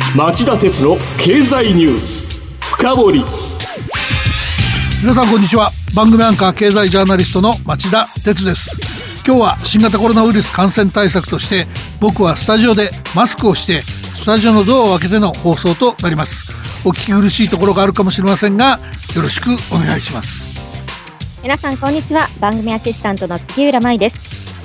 町田鉄の経済ニュース深掘り。 皆さんこんにちは。番組アンカー経済ジャーナリストの町田鉄です。今日は新型コロナウイルス感染対策として僕はスタジオでマスクをしてスタジオのドアを開けての放送となります。お聞き苦しいところがあるかもしれませんがよろしくお願いします。 皆さんこんにちは。番組アシスタントの杉浦舞です。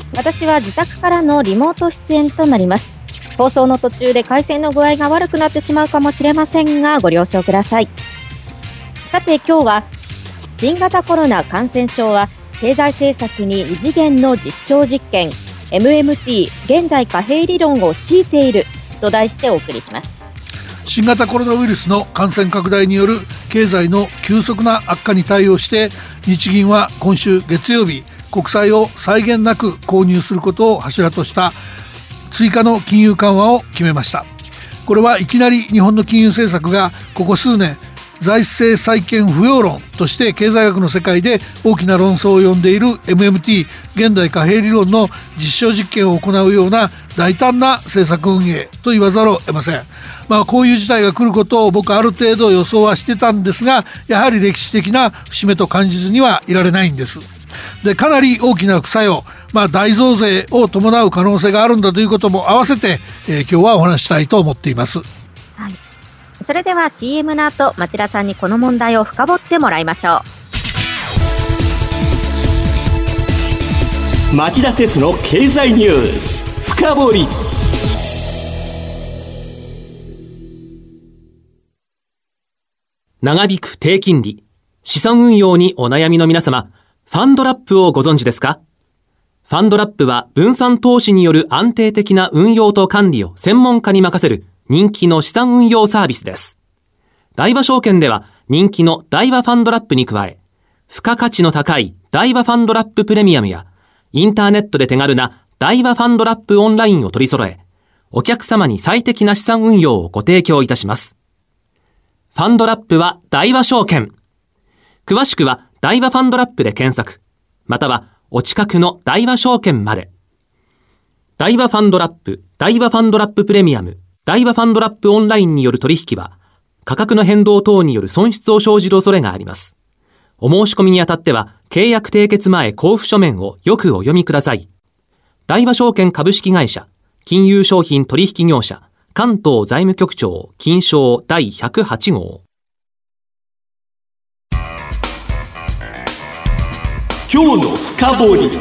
私は自宅からのリモート出演となります。放送の途中で回線の具合が悪くなってしまうかもしれませんがご了承ください。さて今日は新型コロナ感染症は経済政策に異次元の実証実験 MMT 現代貨幣理論を強いていると題してお送りします。 新型コロナウイルスの感染拡大による経済の急速な悪化に対応して日銀は今週月曜日国債を際限なく購入することを柱とした追加の金融緩和を決めました。これはいきなり日本の金融政策がここ数年財政再建不要論として経済学の世界で大きな論争を呼んでいる MMT 現代貨幣理論の実証実験を行うような大胆な政策運営と言わざるを得ません。こういう事態が来ることを僕ある程度予想はしてたんですが、やはり歴史的な節目と感じずにはいられないんです。でかなり大きな副作用、大増税を伴う可能性があるんだということも合わせて、今日はお話したいと思っています。 はい、それでは CM の後町田さんにこの問題を深掘ってもらいましょう。町田鉄の経済ニュース深掘り。 長引く低金利、資産運用にお悩みの皆様、ファンドラップをご存知ですか？ファンドラップは分散投資による安定的な運用と管理を専門家に任せる人気の資産運用サービスです。大和証券では人気の大和ファンドラップに加え、付加価値の高い大和ファンドラッププレミアムやインターネットで手軽な大和ファンドラップオンラインを取り揃え、お客様に最適な資産運用をご提供いたします。ファンドラップは大和証券。詳しくは大和ファンドラップで検索、またはお近くの大和証券まで。大和ファンドラップ、大和ファンドラッププレミアム、大和ファンドラップオンラインによる取引は、価格の変動等による損失を生じる恐れがあります。お申し込みにあたっては、契約締結前交付書面をよくお読みください。大和証券株式会社、金融商品取引業者、関東財務局長金商第108号。 今日の深掘り。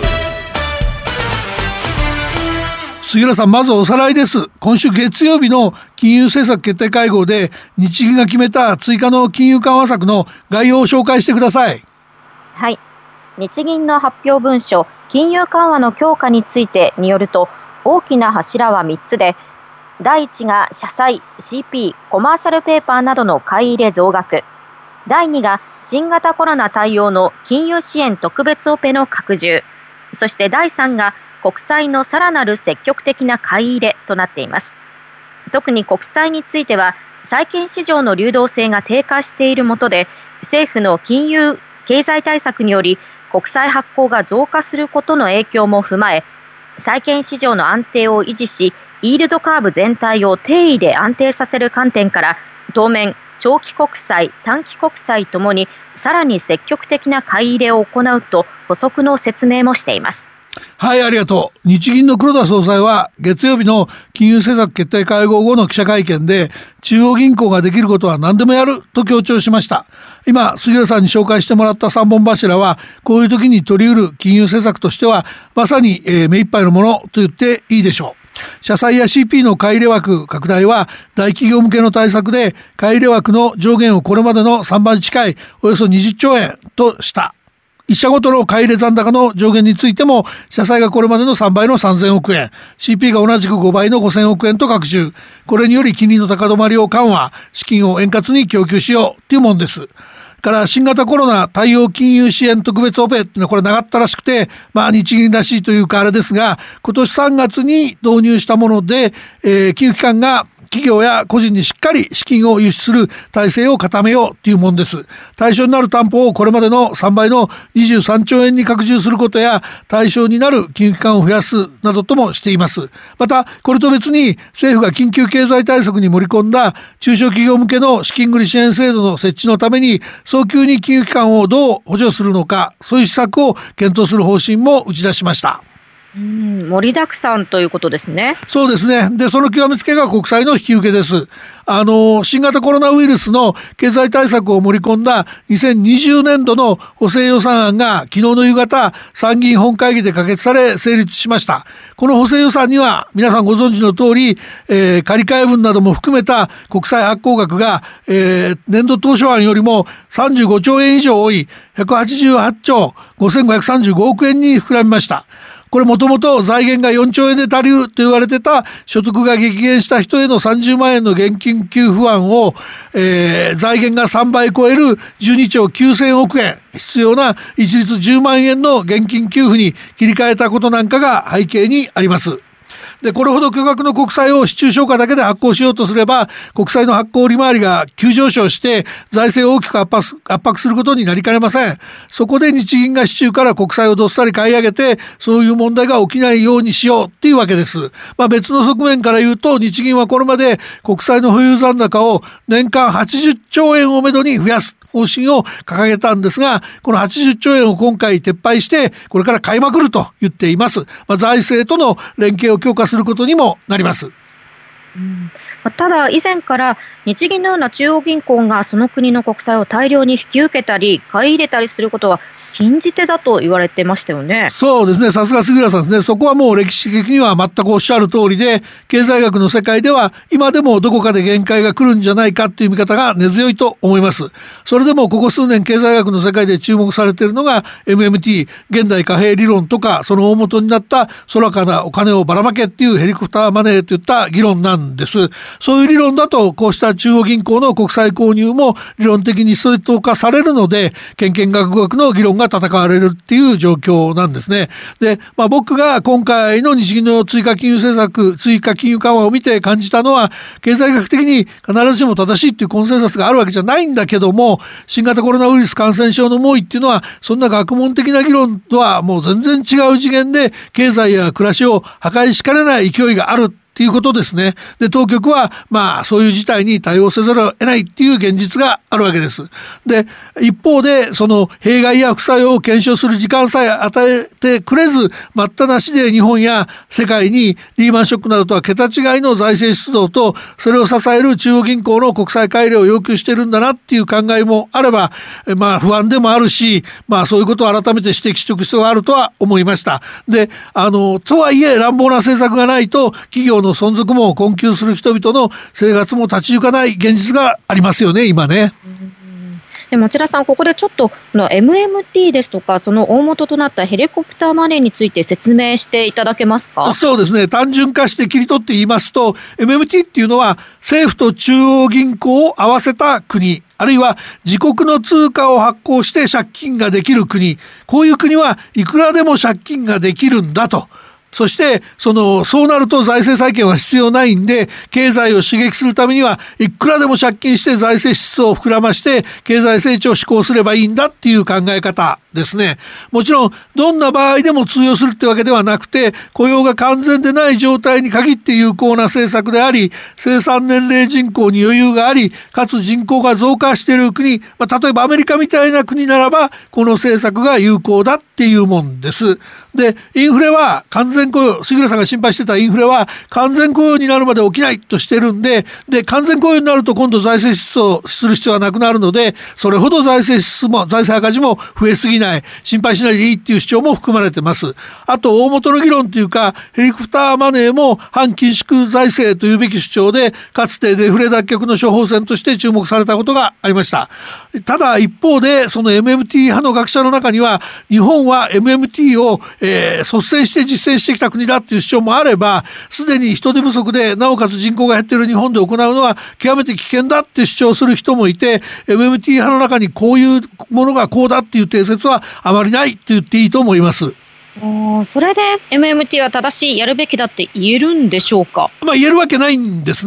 杉浦さん、まずおさらいです。今週月曜日の金融政策決定会合で日銀が決めた追加の金融緩和策の概要を紹介してください。 はい、日銀の発表文書金融緩和の強化についてによると、大きな柱は3つで、第1が社債、CP、コマーシャルペーパーなどの買い入れ増額、第2が新型コロナ対応の金融支援特別オペの拡充、そして第3が国債のさらなる積極的な買い入れとなっています。特に国債については債券市場の流動性が低下している下で、政府の金融経済対策により国債発行が増加することの影響も踏まえ、債券市場の安定を維持し、イールドカーブ全体を定位で安定させる観点から、当面長期国債、短期国債ともにさらに積極的な買い入れを行うと補足の説明もしています。 はい、ありがとう。日銀の黒田総裁は月曜日の金融政策決定会合後の記者会見で、中央銀行ができることは何でもやると強調しました。今杉浦さんに紹介してもらった3本柱はこういう時に取り得る金融政策としてはまさに目いっぱいのものと言っていいでしょう。社債や CP の買い入れ枠拡大は大企業向けの対策で、買い入れ枠の上限をこれまでの3倍近いおよそ20兆円とした。一社ごとの買い入れ残高の上限についても、社債がこれまでの3倍の3000億円、CP が同じく5倍の5000億円と拡充。これにより金利の高止まりを緩和、資金を円滑に供給しようというものです。から新型コロナ対応金融支援特別オペっていうのはこれ長ったらしくて、日銀らしいというかあれですが、今年3月に導入したもので、金融機関が企業や個人にしっかり資金を輸出する体制を固めようというものです。対象になる担保をこれまでの3倍の23兆円に拡充することや、対象になる金融機関を増やすなどともしています。またこれと別に政府が緊急経済対策に盛り込んだ中小企業向けの資金繰り支援制度の設置のために、早急に金融機関をどう補助するのか、そういう施策を検討する方針も打ち出しました。 盛りだくさんということですね。 そうですね。でその極めつけが国債の引き受けです。新型コロナウイルスの経済対策を盛り込んだ2020年度の補正予算案が昨日の夕方参議院本会議で可決され成立しました。この補正予算には皆さんご存知の通り、借換分なども含めた国債発行額が、年度当初案よりも35兆円以上多い188兆5535億円に膨らみました。これもともと財源が4兆円で足りると言われてた所得が激減した人への30万円の現金給付案を、財源が3倍超える12兆9000億円必要な一律10万円の現金給付に切り替えたことなんかが背景にあります。でこれほど巨額の国債を市中消化だけで発行しようとすれば、国債の発行利回りが急上昇して財政を大きく圧迫することになりかねません。そこで日銀が市中から国債をどっさり買い上げて、そういう問題が起きないようにしようっていうわけです。別の側面から言うと、日銀はこれまで国債の保有残高を年間80兆円をめどに増やす方針を掲げたんですが、この80兆円を今回撤廃してこれから買いまくると言っています。財政との連携を強化することにもなります。 ただ以前から日銀のような中央銀行がその国の国債を大量に引き受けたり買い入れたりすることは禁じ手だと言われてましたよね。 そうですね。さすが杉浦さんですね。そこはもう歴史的には全くおっしゃる通りで、経済学の世界では今でもどこかで限界が来るんじゃないかっていう見方が根強いと思います。それでもここ数年経済学の世界で注目されているのが MMT 現代貨幣理論とか、その大元になった空からお金をばらまけっていうヘリコプターマネーといった議論なんです。そういう理論だとこうした中央銀行の国債購入も理論的に正当化されるので、権限学学の議論が戦われるっていう状況なんですね。で、僕が今回の日銀の追加金融政策、追加金融緩和を見て感じたのは、経済学的に必ずしも正しいっていうコンセンサスがあるわけじゃないんだけども、新型コロナウイルス感染症の猛威っていうのはそんな学問的な議論とはもう全然違う次元で、経済や暮らしを破壊しかねない勢いがあるっていうことですね。で当局はそういう事態に対応せざるを得ないっていう現実があるわけです。で一方でその弊害や副作用を検証する時間さえ与えてくれず、待ったなしで日本や世界にリーマンショックなどとは桁違いの財政出動と、それを支える中央銀行の国債改良を要求してるんだなっていう考えもあれば、不安でもあるし、そういうことを改めて指摘しておく必要があるとは思いました。でとはいえ乱暴な政策がないと企業の存続も困窮する人々の生活も立ち行かない現実がありますよね、今ね。 で町田さん、ここでちょっとMMT ですとか、その大元となったヘリコプターマネーについて説明していただけますか。 そうですね。単純化して切り取って言いますと、 MMT っていうのは政府と中央銀行を合わせた国、あるいは自国の通貨を発行して借金ができる国、こういう国はいくらでも借金ができるんだと。そしてそうなると財政再建は必要ないんで、経済を刺激するためにはいくらでも借金して財政支出を膨らまして経済成長を志向すればいいんだっていう考え方ですね。もちろんどんな場合でも通用するってわけではなくて、雇用が完全でない状態に限って有効な政策であり、生産年齢人口に余裕があり、かつ人口が増加している国、例えばアメリカみたいな国ならばこの政策が有効だっていうもんです。でインフレは完全雇用、杉浦さんが心配してたインフレは完全雇用になるまで起きないとしてるんで、完全雇用になると今度財政支出をする必要はなくなるので、それほど財政支出も財政赤字も増えすぎない、心配しないでいいっていう主張も含まれてます。あと大元の議論というか、ヘリコプターマネーも反緊縮財政というべき主張で、かつてデフレ脱却の処方箋として注目されたことがありました。ただ一方でその MMT 派の学者の中には、日本は MMT を率先して実践してきた国だっていう主張もあれば、すでに人手不足でなおかつ人口が減っている日本で行うのは極めて危険だって主張する人もいて、 MMT 派の中にこういうものがこうだっていう定説はあまりないって言っていいと思います。 それで MMT は正しい、やるべきだって言えるんでしょうか。 言えるわけないんですね。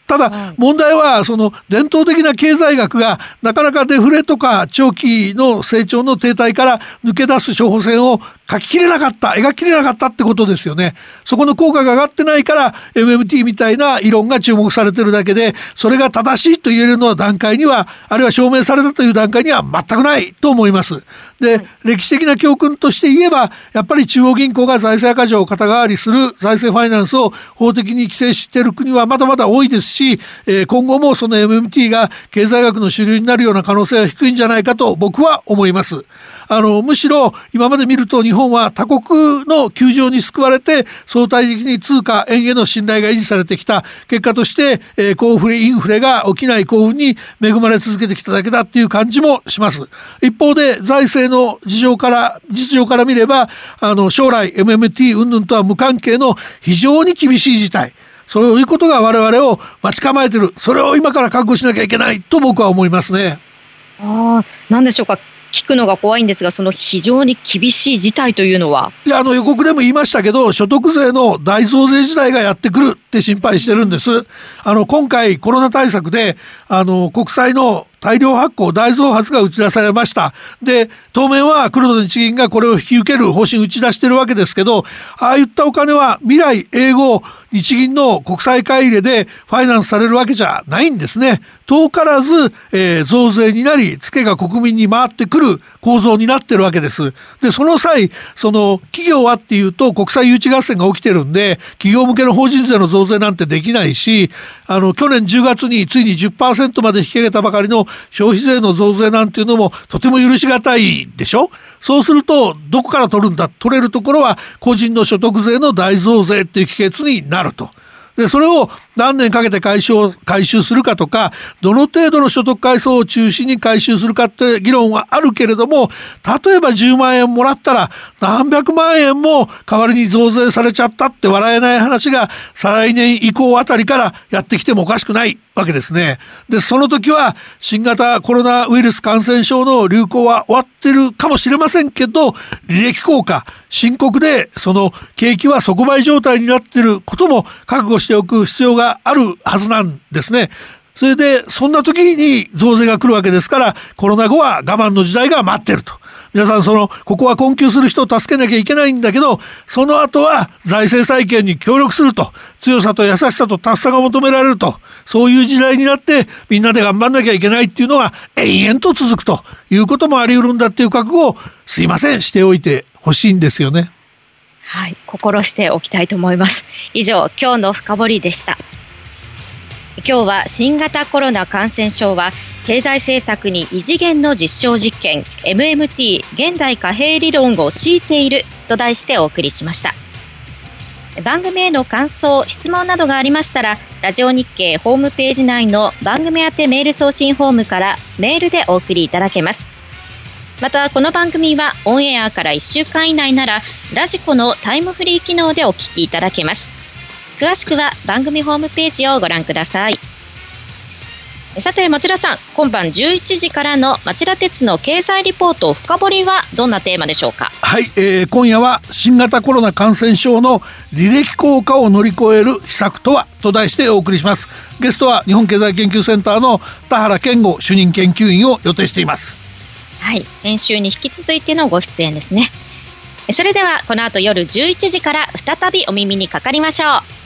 ただ問題はその伝統的な経済学がなかなかデフレとか長期の成長の停滞から抜け出す処方箋を描ききれなかった、描ききれなかったってことですよね。そこの効果が上がってないから MMT みたいな理論が注目されてるだけで、それが正しいと言えるのは段階には、あるいは証明されたという段階には全くないと思います。で、歴史的な教訓として言えば、やっぱり中央銀行が財政赤字を肩代わりする財政ファイナンスを法的に規制している国はまだまだ多いですし、今後もその MMT が経済学の主流になるような可能性は低いんじゃないかと僕は思います。むしろ今まで見ると日本は他国の窮状に救われて相対的に通貨円への信頼が維持されてきた結果として、高インフレが起きない幸運に恵まれ続けてきただけだっていう感じもします。一方で財政の実情から見れば将来 MMT 云々とは無関係の非常に厳しい事態、そういうことが我々を待ち構えている。それを今から覚悟しなきゃいけないと僕は思いますね。 何でしょうか。聞くのが怖いんですが、その非常に厳しい事態というのは。 予告でも言いましたけど、所得税の大増税時代がやってくるって心配してるんです。今回コロナ対策で国債の大量発行大増発が打ち出されました。で、当面は黒田日銀がこれを引き受ける方針を打ち出してるわけですけど、ああいったお金は未来永劫日銀の国債買い入れでファイナンスされるわけじゃないんですね。遠からず、増税になりツケが国民に回ってくる構造になってるわけです。で、その際企業はっていうと国際誘致合戦が起きてるんで、企業向けの法人税の増税なんてできないし、去年10月についに 10% まで引き上げたばかりの消費税の増税なんていうのもとても許し難いでしょ。そうするとどこから取るんだ。取れるところは個人の所得税の大増税っていう帰結になると。で、それを何年かけて回収するかとか、どの程度の所得階層を中心に回収するかって議論はあるけれども、例えば10万円もらったら何百万円も代わりに増税されちゃったって笑えない話が再来年以降あたりからやってきてもおかしくないわけですね。で、その時は新型コロナウイルス感染症の流行は終わってるかもしれませんけど、履歴効果深刻で、その景気は底倍状態になっていることも覚悟しておく必要があるはずなんですね。それでそんな時に増税が来るわけですから、コロナ後は我慢の時代が待ってると。皆さんここは困窮する人を助けなきゃいけないんだけど、その後は財政再建に協力すると、強さと優しさとタフさが求められると、そういう時代になってみんなで頑張んなきゃいけないっていうのが延々と続くということもあり得るんだっていう覚悟をすいませんしておいてほしいんですよね。 はい、心しておきたいと思います。以上、今日の深掘りでした。今日は新型コロナ感染症は経済政策に異次元の実証実験 MMT 現代貨幣理論を強いていると題してお送りしました。番組への感想、質問などがありましたら、ラジオ日経ホームページ内の番組宛てメール送信フォームからメールでお送りいただけます。またこの番組はオンエアから1週間以内ならラジコのタイムフリー機能でお聞きいただけます。詳しくは番組ホームページをご覧ください。さて町田さん、今晩11時からの町田鉄の経済リポート深掘りはどんなテーマでしょうか。 はい、今夜は新型コロナ感染症の履歴効果を乗り越える秘策とはと題してお送りします。ゲストは日本経済研究センターの田原健吾主任研究員を予定しています。 はい、先週に引き続いてのご出演ですね。それではこの後夜11時から再びお耳にかかりましょう。